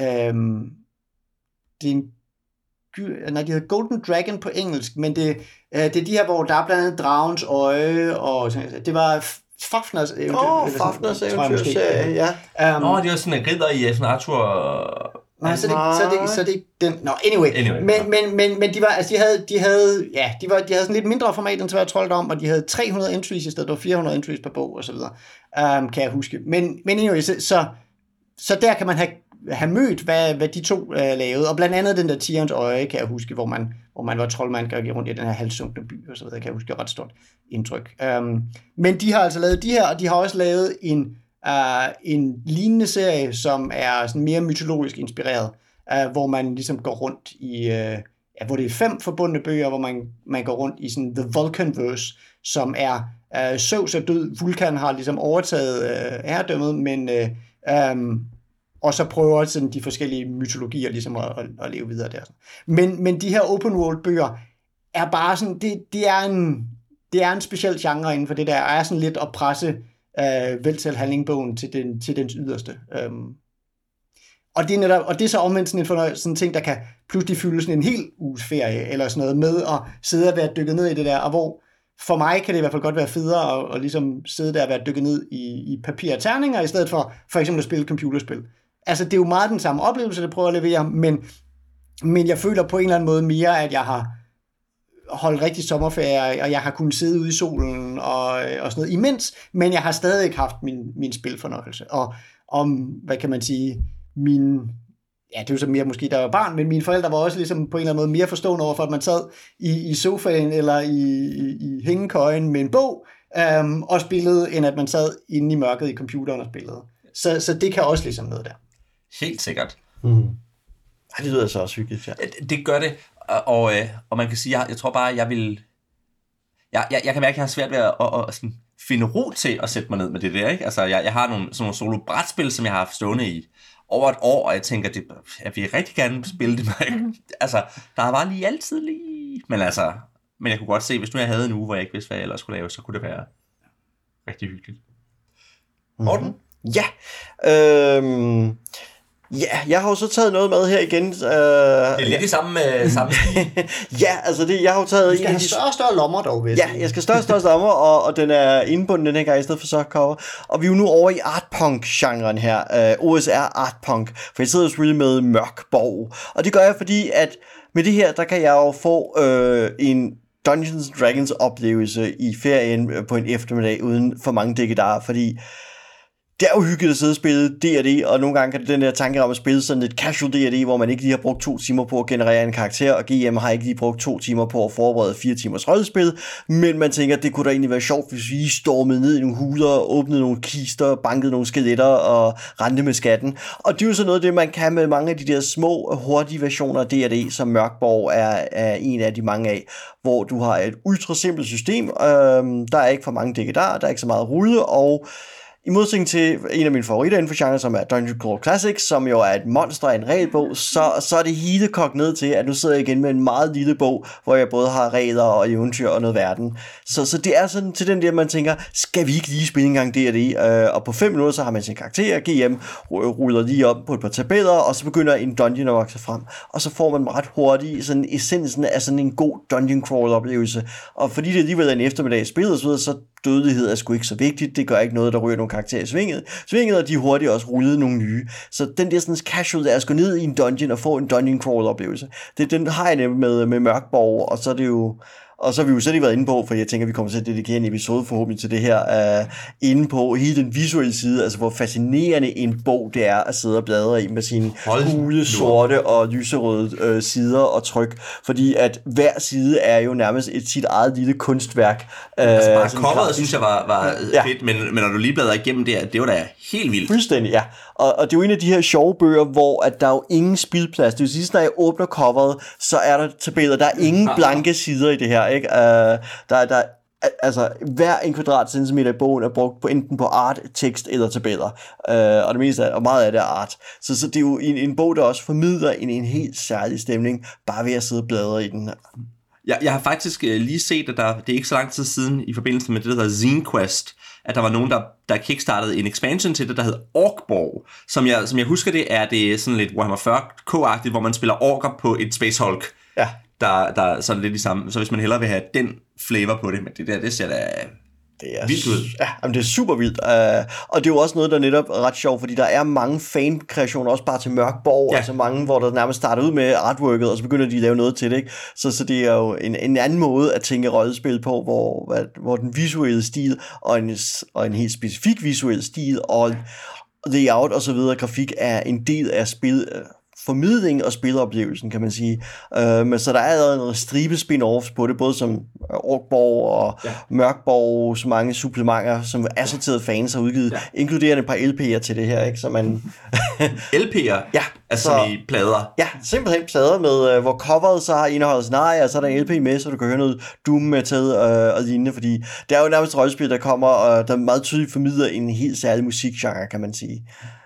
de hedder Golden Dragon på engelsk, men det er de her, hvor der er blandt andet Dragens Øje, og det var Fafners eventyr. Fafners eventyr, ja. Det var sådan en ridder i sådan Arthur. Nej, så det er ikke den. No, anyway. Men de var, altså de havde sådan lidt mindre format end Svært Trolddom, og de havde 300 entries i stedet for 400 entries per bog og så videre. Kan jeg huske. Men anyway, så der kan man have mødt, hvad de to lavede, og blandt andet den der Tigerens Øje, kan jeg huske, hvor man var troldmand, og gik rundt i den her halvsunkne by, og så videre, kan jeg huske, ret stort indtryk. Men de har altså lavet de her, og de har også lavet en lignende serie, som er sådan mere mytologisk inspireret, hvor man ligesom går rundt i, hvor det er 5 forbundne bøger, hvor man går rundt i sådan The Vulcanverse, som er Zeus er død, Vulkan har ligesom overtaget herredømmet, men og så prøver sådan de forskellige mytologier ligesom at leve videre der. Men de her open world bøger er bare sådan, det er en speciel genre inden for det der, er sådan lidt at presse vælg selv handlingbogen til dens yderste. Og det er netop, og det er så omvendt sådan en fornøjelse, sådan en ting, der kan pludselig fylde sådan en hel uges ferie, eller sådan noget, med at sidde og være dykket ned i det der, og hvor for mig kan det i hvert fald godt være federe at ligesom sidde der og være dykket ned i papir og terninger, i stedet for eksempel at spille et computerspil. Altså, det er jo meget den samme oplevelse, det prøver at levere, men jeg føler på en eller anden måde mere, at jeg har holdt rigtig sommerferie, og jeg har kunnet sidde ude i solen og sådan noget imens, men jeg har stadig haft min spilfornøjelse. Og om, hvad kan man sige, ja, det er jo så mere måske, der var barn, men mine forældre var også ligesom på en eller anden måde mere forstående over for, at man sad i sofaen eller i hængekøjen med en bog og spillede, end at man sad inde i mørket i computeren og spillede. Så det kan også ligesom noget der. Helt sikkert. Det lyder så også hyggeligt, ja. Det gør det, og man kan sige, jeg tror bare, jeg vil... Jeg kan mærke, at jeg har svært ved at sådan finde ro til at sætte mig ned med det der, ikke? Altså, jeg har sådan nogle solo-brætspil, som jeg har haft stående i over et år, og jeg tænker, jeg vil rigtig gerne spille det, men altså, der er bare altid lige... Men jeg kunne godt se, hvis nu jeg havde en uge, hvor jeg ikke vidste, hvad jeg ellers skulle lave, så kunne det være rigtig hyggeligt. Morten? Ja, ja, jeg har jo så taget noget med her igen. Det er lidt i samme ja, altså jeg har jo taget... Du skal have større lommer dog, hvis. Ja, jeg skal større lommer, og den er indbunden den her gang i stedet for softcover. Og vi er jo nu over i artpunk-genren her. OSR artpunk. For jeg sidder jo selvfølgelig med Mørk Borg. Og det gør jeg, fordi at med det her, der kan jeg jo få en Dungeons & Dragons oplevelse i ferien på en eftermiddag, uden for mange dækkedarer, fordi... Det er jo hyggeligt at sidde og spille D&D, og nogle gange kan det den der tanke om at spille sådan lidt casual D&D, hvor man ikke lige har brugt 2 timer på at generere en karakter, og GM har ikke lige brugt 2 timer på at forberede 4 timers rollespil, men man tænker, at det kunne da egentlig være sjovt, hvis vi stormede ned i nogle huler, åbnede nogle kister, bankede nogle skeletter og rendte med skatten. Og det er jo sådan noget af det, man kan med mange af de der små, hurtige versioner af D&D, som Mørkborg er en af de mange af, hvor du har et ultra simpelt system, der er ikke for mange dækkedarer, der er ikke så meget rulle, og i modsætning til en af mine favoritter inden for genre, som er Dungeon Crawl Classics, som jo er et monster af en regelbog, så er det hele kogt ned til, at nu sidder jeg igen med en meget lille bog, hvor jeg både har regler og eventyr og noget verden. Så det er sådan til den der, man tænker, skal vi ikke lige spille en gang D&D? Og på 5 minutter, så har man sin karakter, GM ruller lige op på et par tabeller, og så begynder en dungeon at vokse frem. Og så får man ret hurtigt sådan essensen af sådan en god dungeon crawl oplevelse. Og fordi det alligevel er en eftermiddag spil og så videre, så dødelighed er sgu ikke så vigtigt. Det gør ikke noget, der ryger nogle karakterer i svinget, og de hurtigt også rullede nogle nye. Så den der sådan casual der at gå ned i en dungeon og få en dungeon crawl oplevelse, den har jeg nemlig med Mørkborg, og så er det jo... Og så har vi jo selv været inde på, for jeg tænker, at vi kommer til at dedikere en episode forhåbentlig til det her, inde på hele den visuelle side, altså hvor fascinerende en bog det er at sidde og bladre i med sine gule, sorte og lyserøde sider og tryk, fordi at hver side er jo nærmest sit eget lille kunstværk. Altså bare coveret synes jeg var fedt, men når du lige bladrer igennem det var da helt vildt. Fuldstændig, ja. Og det er jo en af de her sjove bøger, hvor at der er jo ingen spildplads. Det vil sige, når jeg åbner coveret, så er der tabeller. Der er ingen blanke sider i det her, ikke? Altså, hver en kvadratcentimeter i bogen er brugt på enten på art, tekst eller tabeller. Og det meste og meget af det er art. Så det er jo en bog, der også formidler en helt særlig stemning, bare ved at sidde og bladre i den her. Jeg har faktisk lige set, at det er ikke så lang tid siden, i forbindelse med det, der hedder Zine Quest, at der var nogen, der kickstartede en expansion til det, der hedder Orkborg. Som jeg husker det, er det sådan lidt Warhammer 40K-agtigt, hvor man spiller orker på et Space Hulk. Ja. Der er sådan lidt i samme. Så hvis man hellere vil have den flavor på det, men det ser da vildt ud. Ja, men det er super vildt. Og det er jo også noget, der netop er ret sjovt, fordi der er mange fan-kreationer, også bare til Mørkborg, altså mange, hvor der nærmest starter ud med artworket, og så begynder de at lave noget til det, ikke? Så det er jo en anden måde at tænke rollespil på, hvor den visuelle stil, og en helt specifik visuel stil, og layout og så videre, grafik er en del af formidling og spiloplevelsen, kan man sige. Men så der er allerede noget stribe spin-offs på det, både som Orkborg og Mørkborg, så mange supplementer, som assorterede fans har udgivet, inkluderende et par LP'er til det her, ikke? Så man... LP'er? Ja. Altså så, i plader? Ja, simpelthen plader med, hvor coveret så har indeholdt scenarier, og så er der en LP med, så du kan høre noget doom metal og lignende, fordi det er jo nærmest et rollespil, der kommer, og der meget tydeligt formidler en helt særlig musikgenre, kan man sige.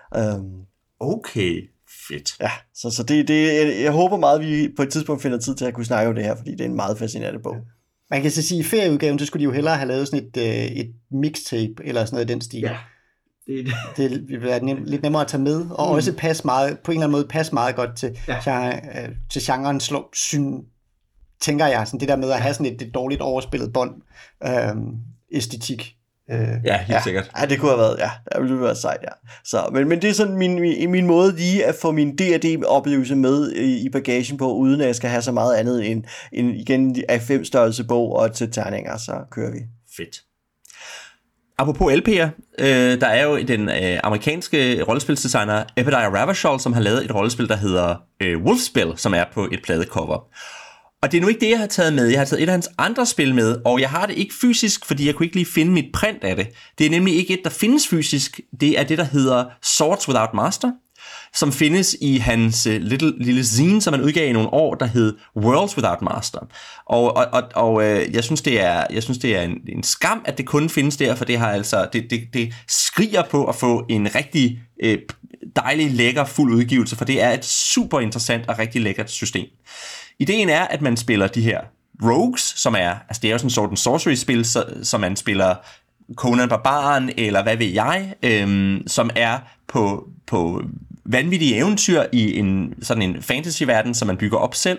Okay. Fedt. Ja, så det jeg håber meget, at vi på et tidspunkt finder tid til at kunne snakke om det her, fordi det er en meget fascinerende bog. Man kan så sige, at i ferieudgaven, så skulle de jo hellere have lavet sådan et mixtape, eller sådan noget i den stil. Ja. Det vil være lidt nemmere at tage med, og også passe meget, på en eller anden måde passe meget godt til genren tænker jeg, sådan det der med at have sådan et dårligt overspillet bånd, æstetik. Ja, helt sikkert. Ja, det kunne have været, det ville være sejt, Så, men det er sådan min måde lige at få min D&D-oplevelse med i bagagen på, uden at jeg skal have så meget andet end igen A5-størrelse bog og til terninger, så kører vi. Fedt. Apropos LP'er, der er jo den amerikanske rollespilsdesigner Ebediah Ravachol, som har lavet et rollespil, der hedder Wolfspell, som er på et pladecover. Og det er nu ikke det, jeg har taget med. Jeg har taget et af hans andre spil med, og jeg har det ikke fysisk, fordi jeg kunne ikke lige finde mit print af det. Det er nemlig ikke et, der findes fysisk. Det er det, der hedder Swords Without Master, som findes i hans lille zine, som han udgav i nogle år, der hed Worlds Without Master. Og jeg synes, det er en skam, at det kun findes der, for det har altså det skriger på at få en rigtig dejlig, lækker, fuld udgivelse, for det er et super interessant og rigtig lækkert system. Ideen er, at man spiller de her rogues, som er, altså det er jo sådan en sort en sorcery-spil, så man spiller Conan Barbaren, eller hvad ved jeg, som er på vanvittige eventyr i sådan en fantasy-verden, som man bygger op selv.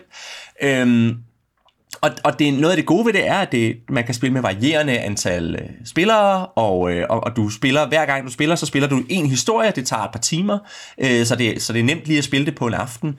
Og det, noget af det gode ved det er, at man kan spille med varierende antal spillere, og du spiller, hver gang du spiller, så spiller du en historie, det tager et par timer, så det er nemt lige at spille det på en aften.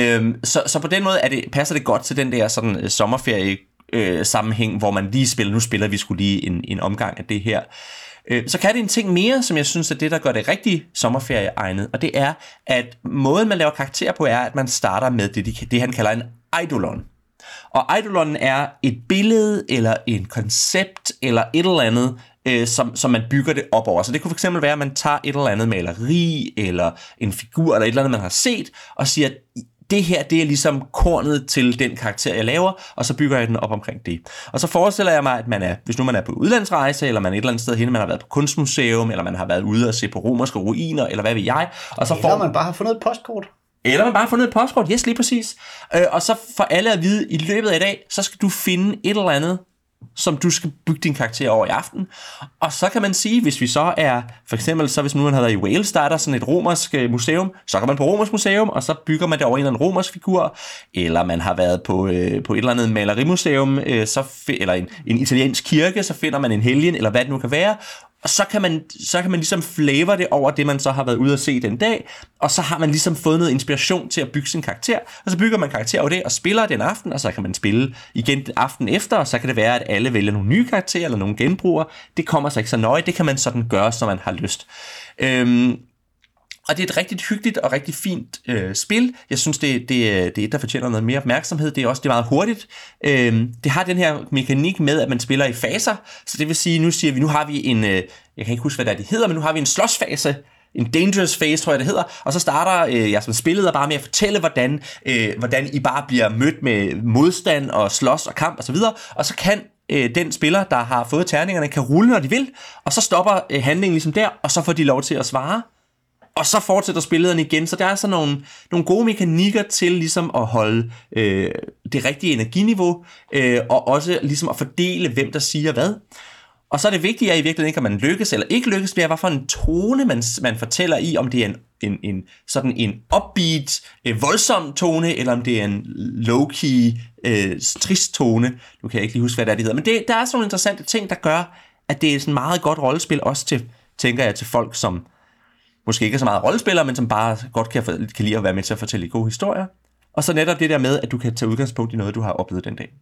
Så på den måde passer det godt til den der sådan sommerferie sammenhæng, hvor man lige spiller, nu spiller vi skulle lige en omgang af det her. Så kan det en ting mere, som jeg synes er det, der gør det rigtig sommerferieegnet, og det er, at måden man laver karakter på er, at man starter med det han kalder en eidolon. Og eidolonen er et billede, eller en koncept, eller et eller andet, som man bygger det op over. Så det kunne fx være, at man tager et eller andet maleri, eller en figur, eller et eller andet, man har set, og siger, det her, det er ligesom kornet til den karakter, jeg laver, og så bygger jeg den op omkring det. Og så forestiller jeg mig, at hvis nu man er på udlandsrejse, eller man er et eller andet sted hen, man har været på kunstmuseum, eller man har været ude og se på romerske ruiner, eller hvad ved jeg. Og så eller man bare har fundet et postkort. Eller man bare har fundet et postkort, yes, lige præcis. Og så for alle at vide, i løbet af i dag, så skal du finde et eller andet, som du skal bygge din karakter over i aften. Og så kan man sige, hvis vi så er, for eksempel, så hvis nu man har været i Wales, der er der sådan et romersk museum, så kan man på romersk museum, og så bygger man det over en eller anden romersk figur, eller man har været på et eller andet malerimuseum, eller en italiensk kirke, så finder man en helgen, eller hvad det nu kan være, og så kan man ligesom flavor det over det, man så har været ude at se den dag, og så har man ligesom fået noget inspiration til at bygge sin karakter, og så bygger man karakter over det, og spiller den aften, og så kan man spille igen den aften efter, og så kan det være, at alle vælger nogle nye karakterer, eller nogle genbrugere. Det kommer så ikke så nøje, det kan man sådan gøre, som man har lyst. Og det er et rigtig hyggeligt og rigtig fint spil. Jeg synes, det er et, der fortjener noget mere opmærksomhed. Det er meget hurtigt. Det har den her mekanik med, at man spiller i faser. Så det vil sige, nu har vi en, jeg kan ikke huske, hvad det hedder, men nu har vi en slåsfase, en dangerous phase, tror jeg, det hedder. Og så starter jeg som spillet bare med at fortælle, hvordan I bare bliver mødt med modstand og slås og kamp osv. Og så kan den spiller, der har fået terningerne, kan rulle, når de vil. Og så stopper handlingen ligesom der, og så får de lov til at svare. Og så fortsætter spillederne igen, så der er så nogle gode mekanikker til ligesom at holde det rigtige energiniveau, og også ligesom at fordele, hvem der siger hvad. Og så er det vigtigt, at i virkeligheden ikke, om man lykkes eller ikke lykkes, det er, hvad for en tone man fortæller i, om det er en upbeat, voldsom tone, eller om det er en low-key, trist tone. Nu kan jeg ikke lige huske, hvad det hedder. Men der er sådan nogle interessante ting, der gør, at det er sådan meget godt rollespil, også til, tænker jeg, til folk, som måske ikke er så meget rollespillere, men som bare godt kan lide at være med til at fortælle gode historier. Og så netop det der med, at du kan tage udgangspunkt i noget, du har oplevet den dag.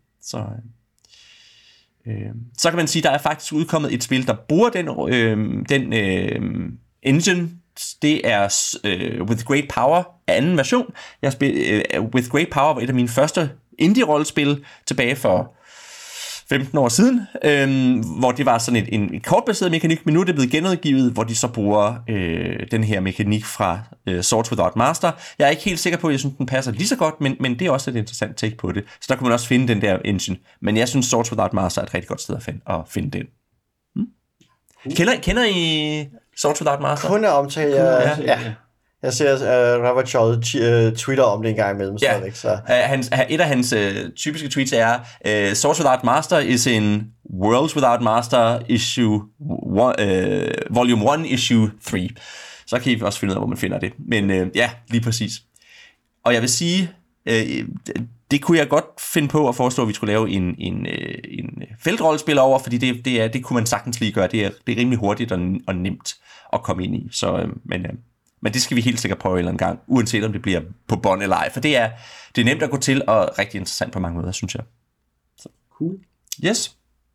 Så kan man sige, at der er faktisk udkommet et spil, der bruger den engine. Det er With Great Power af anden version. With Great Power var et af mine første indie-rollespil tilbage for 15 år siden, hvor det var sådan en kortbaseret mekanik, men nu er det blevet genudgivet, hvor de så bruger den her mekanik fra Swords Without Master. Jeg er ikke helt sikker på, at jeg synes, den passer lige så godt, men det er også et interessant take på det. Så der kan man også finde den der engine. Men jeg synes, Swords Without Master er et rigtig godt sted at finde den. Kender I Swords Without Master? Kun at omtale, ja. Jeg ser Ravachol Twitter om det en gang imellem. Ja, så. Et af hans typiske tweets er, Source Without Master is in Worlds Without Master issue volume 1, issue 3. Så kan I også finde ud af, hvor man finder det. Men ja, lige præcis. Og jeg vil sige, det kunne jeg godt finde på at forestå, at vi skulle lave en feltrollespil over, fordi det kunne man sagtens lige gøre. Det er rimelig hurtigt og nemt at komme ind i. Så, men det skal vi helt sikkert prøve en eller anden gang, uanset om det bliver på bånd eller ej. For det er nemt at gå til, og rigtig interessant på mange måder, synes jeg. Så. Cool. Yes.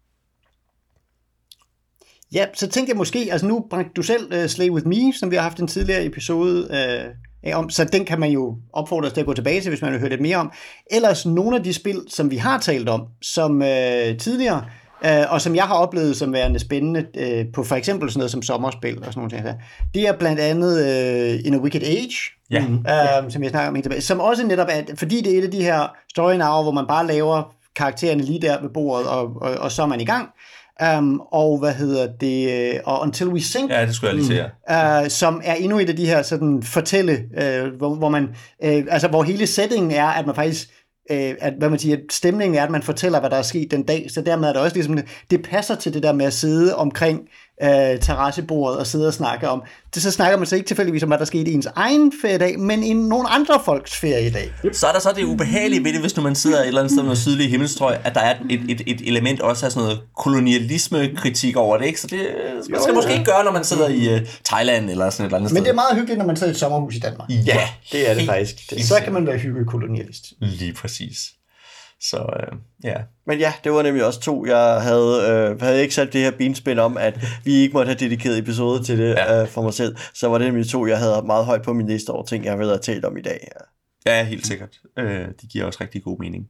Ja, så tænkte jeg måske, altså nu bragte du selv Slay With Me, som vi har haft en tidligere episode om, så den kan man jo opfordres til at gå tilbage til, hvis man vil høre lidt mere om. Ellers nogle af de spil, som vi har talt om, som tidligere, og som jeg har oplevet som værende spændende på for eksempel sådan noget som sommerspil og sådan noget, det er blandt andet In a Wicked Age, som jeg snakker om helt tilbage, som også netop er, fordi det er et af de her story now, hvor man bare laver karaktererne lige der ved bordet, og så er man i gang. Og og Until We Sink, ja, det skulle jeg lige se, som er endnu et af de her sådan hvor man hvor hele settingen er, at man faktisk at hvad man siger, stemningen er, at man fortæller, hvad der er sket den dag, så dermed er det også ligesom, det passer til det der med at sidde omkring terrassebordet og sidde og snakke om. Så snakker man så ikke tilfældigvis om, hvad der skete i ens egen feriedag, men i nogle andre folks feriedag. Så er der så det ubehagelige ved det, hvis nu man sidder et eller andet sted med noget sydlige himmelstrøg, at der er et element også af sådan noget kolonialisme-kritik over det, ikke? Så det man skal måske ikke gøre, når man sidder i Thailand eller sådan et eller andet sted. Men det er meget hyggeligt, når man sidder i et sommerhus i Danmark. Ja, det er det faktisk. Så kan man være hyggelig kolonialist. Lige præcis. Så ja. Men ja, det var nemlig også to. Jeg havde ikke sat det her benspænd om, at vi ikke måtte have dedikeret episode til det for mig selv. Så var det nemlig to, jeg havde meget højt på min liste over ting, jeg ville have talt om i dag. Ja, helt sikkert. De giver også rigtig god mening.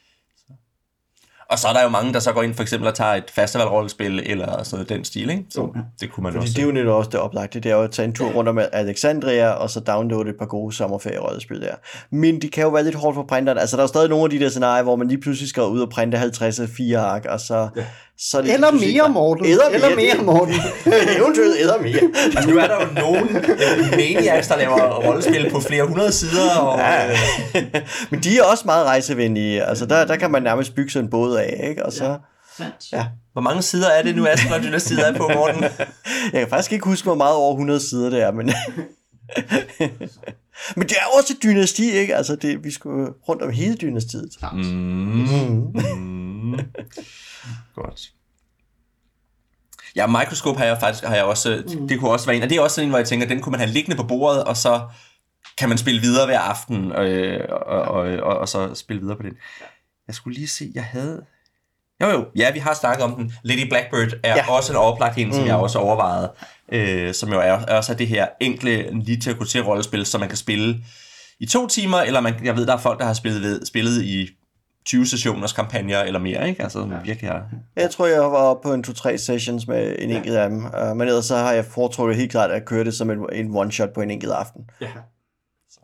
Og så er der jo mange, der så går ind for eksempel og tager et festivalrollespil eller sådan noget den stil, ikke? Så det kunne man fordi også. Det er jo netop også det oplagte. Det er jo at tage en tur rundt om Alexandria, og så downloade et par gode sommerferierollespil der. Men de kan jo være lidt hårdt for printeren. Altså, der er jo stadig nogle af de der scenarier, hvor man lige pludselig skal ud og printe 50 af 4 ark, og så... Ja. Så det eller mere, Morten. Eller mere, Morten. Eventuelt eller mere. Altså, nu er der jo nogen maniacs, der laver rollespil på flere 100 sider. Og, Men de er også meget rejsevenlige. Altså, der kan man nærmest bygge sådan en båd af, ikke? Og så... Ja. Hvor mange sider er det nu, Asger, når Dynastit er på, Morten? Jeg kan faktisk ikke huske, hvor meget over 100 sider det er, men... Men det er også et dynasti, ikke? Altså, vi skulle rundt om hele dynastiet. Godt. Ja, Microscope har jeg også, det kunne også være en, og det er også sådan en, hvor jeg tænker, den kunne man have liggende på bordet, og så kan man spille videre hver aften, og så spille videre på den. Jeg skulle lige se, jeg havde... Jo, ja, vi har snakket om den. Lady Blackbird er også en overplagt en, som jeg også overvejede, som jo er også det her enkle, lige til at gå til rollespil, som man kan spille i 2 timer, eller jeg ved, der er folk, der har spillet i 20 sessioners kampagner eller mere, ikke? Altså, virkelig har... Jeg tror, jeg var på en 2-3 sessions med en enkelt af dem, men ellers så har jeg foretrukket helt klart at køre det som en one-shot på en enkelt aften. Ja. Så.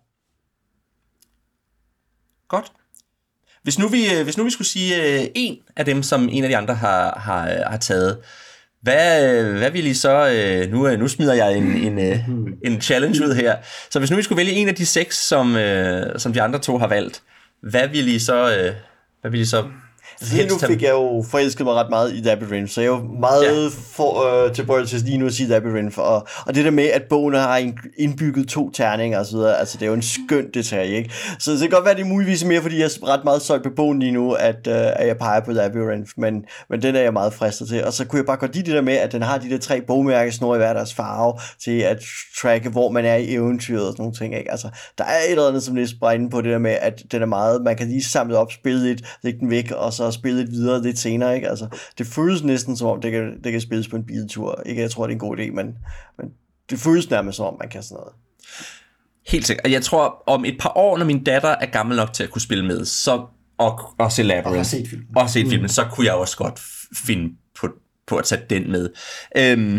Godt. Hvis nu vi skulle sige en af dem, som en af de andre har taget, hvad vil I så... Nu smider jeg en challenge ud her. Så hvis nu vi skulle vælge en af de 6, som de andre 2 har valgt, hvad vil I så Lige nu fik jeg jo forelsket mig ret meget i Labyrinth, så jeg er jo meget tilbøjelig til lige nu at sige Labyrinth, og det der med, at bogen har indbygget 2 terninger og så videre, altså det er jo en skøn detalje, ikke? Så det kan godt være, det er muligvis mere, fordi jeg er ret meget solgt på bogen lige nu, at jeg peger på Labyrinth, men den er jeg meget fristet til, og så kunne jeg bare godt lide det der med, at den har de der 3 bogmærkesnore i hver deres farve, til at tracke, hvor man er i eventyret og sådan nogle ting, ikke? Altså, der er et eller andet, som lidt brænder på det der med, at den er meget, man kan lige samle op, spille lidt, lægge den væk, og så spille lidt videre lidt senere, ikke? Altså, det føles næsten som om, det kan spilles på en biltur. Ikke, jeg tror, det er en god idé, men det føles nærmest som om, man kan sådan noget. Helt sikkert. Jeg tror, om et par år, når min datter er gammel nok til at kunne spille med, så, og se Labyrinth, og set filmen, så kunne jeg også godt finde på at tage den med.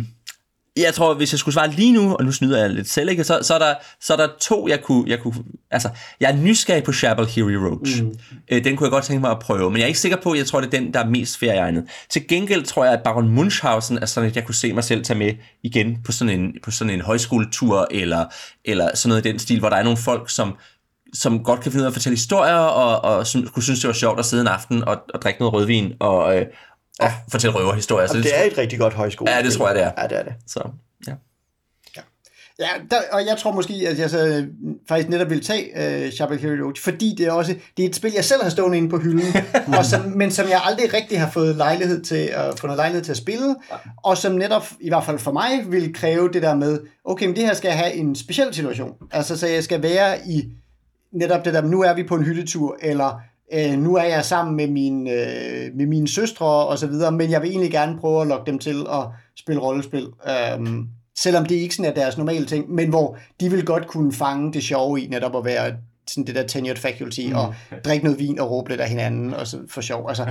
Jeg tror, hvis jeg skulle svare lige nu, og nu snyder jeg lidt selv, ikke? Så er der 2, jeg kunne Altså, jeg er nysgerrig på Chapel Hill Roach. Den kunne jeg godt tænke mig at prøve, men jeg er ikke sikker på, at jeg tror, det er den, der er mest ferieegnet. Til gengæld tror jeg, at Baron Munchausen er sådan, at jeg kunne se mig selv tage med igen på sådan en højskoletur, eller sådan noget i den stil, hvor der er nogle folk, som godt kan finde ud af at fortælle historier, og som kunne synes, det var sjovt at sidde en aften og drikke noget rødvin, og fortælle røverhistorier. Så det er et rigtig godt højskole. Ja, det tror jeg, det er. Ja, det er det. Så, ja. Ja, og jeg tror måske, at jeg så faktisk netop vil tage Chapel Hill Roach, fordi det er et spil, jeg selv har stående inde på hylden, men som jeg aldrig rigtig har fået lejlighed til at spille, og som netop, i hvert fald for mig, vil kræve det der med, okay, men det her skal have en speciel situation. Altså, så jeg skal være i netop det der, nu er vi på en hyttetur, eller nu er jeg sammen med mine søstre og så videre, men jeg vil egentlig gerne prøve at lokke dem til at spille rollespil. Selvom det ikke sådan er deres normale ting, men hvor de vil godt kunne fange det sjove i netop at være sådan det der tenured faculty og drikke noget vin og råbe lidt af hinanden og så for sjov. Altså,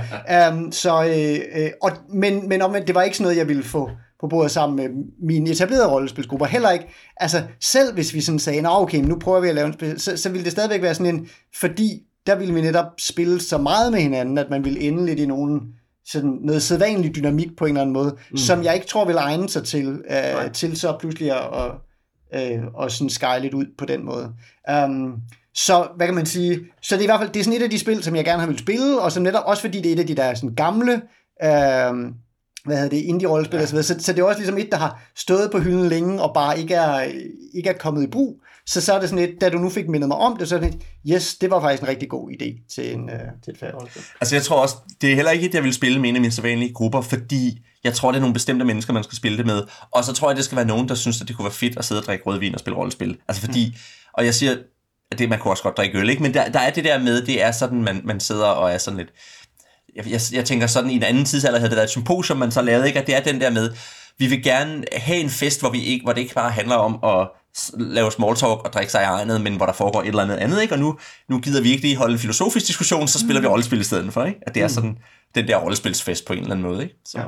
men omvendt, det var ikke sådan noget, jeg ville få på bordet sammen med mine etablerede rollespilsgrupper. Heller ikke, altså selv hvis vi sådan sagde, okay, nu prøver vi at lave en spil, så ville det stadigvæk være sådan en, fordi der ville vi netop spille så meget med hinanden, at man ville ende lidt i sådan noget sædvanlig dynamik på en eller anden måde, som jeg ikke tror vil egne sig til så pludselig at sådan skyle lidt ud på den måde. Så hvad kan man sige? Så det er i hvert fald det er sådan et af de spil, som jeg gerne har vil spille, og som netop også fordi det er et af de der sådan gamle indie-rollespil og så videre. Så det er også ligesom et, der har stået på hylden længe og bare ikke er kommet i brug. Så er det sådan et, da du nu fik mindet mig om det, så er det et, yes, det var faktisk en rigtig god idé til et færre rollespil. Altså jeg tror også, det er heller ikke et, jeg vil spille med en af mine sædvanlige grupper, fordi jeg tror, det er nogle bestemte mennesker, man skal spille det med. Og så tror jeg, det skal være nogen, der synes, at det kunne være fedt at sidde og drikke rødvin og spille rollespil. Altså fordi, og jeg siger, at det man kunne også godt drikke øl, ikke? Men der er det der med, det er sådan, man sidder og er sådan lidt... Jeg tænker sådan, i en anden tidsalder havde det været et symposium, man så lavede, ikke? At det er den der med, vi vil gerne have en fest, hvor det ikke bare handler om at lave small talk og drikke sig i egnet, men hvor der foregår et eller andet, ikke? Og nu gider vi ikke lige holde en filosofisk diskussion, så spiller vi rollespil i stedet for, ikke? At det er sådan den der rollespilsfest på en eller anden måde, ikke? Så, ja.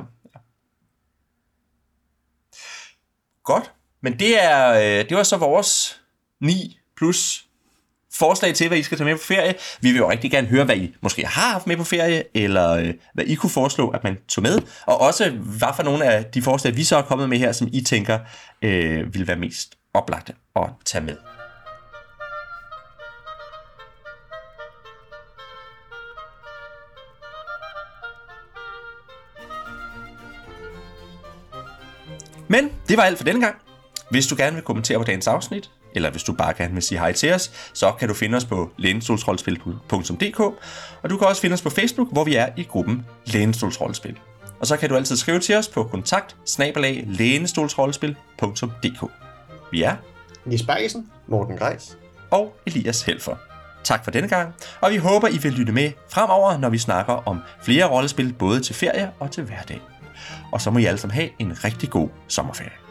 Godt, men det var så vores 9 plus forslag til, hvad I skal tage med på ferie. Vi vil jo rigtig gerne høre, hvad I måske har haft med på ferie, eller hvad I kunne foreslå, at man tog med. Og også, hvad for nogle af de forslag, vi så er kommet med her, som I tænker vil være mest oplagte at tage med. Men det var alt for denne gang. Hvis du gerne vil kommentere på dagens afsnit, eller hvis du bare gerne vil sige hej til os, så kan du finde os på lænestolsrollespil.dk, og du kan også finde os på Facebook, hvor vi er i gruppen Lænestolsrollespil. Og så kan du altid skrive til os på kontakt@lænestolsrollespil.dk. Vi er Nis Bergesen, Morten Greis og Elias Helfer. Tak for denne gang, og vi håber, I vil lytte med fremover, når vi snakker om flere rollespil, både til ferie og til hverdag. Og så må I alle sammen have en rigtig god sommerferie.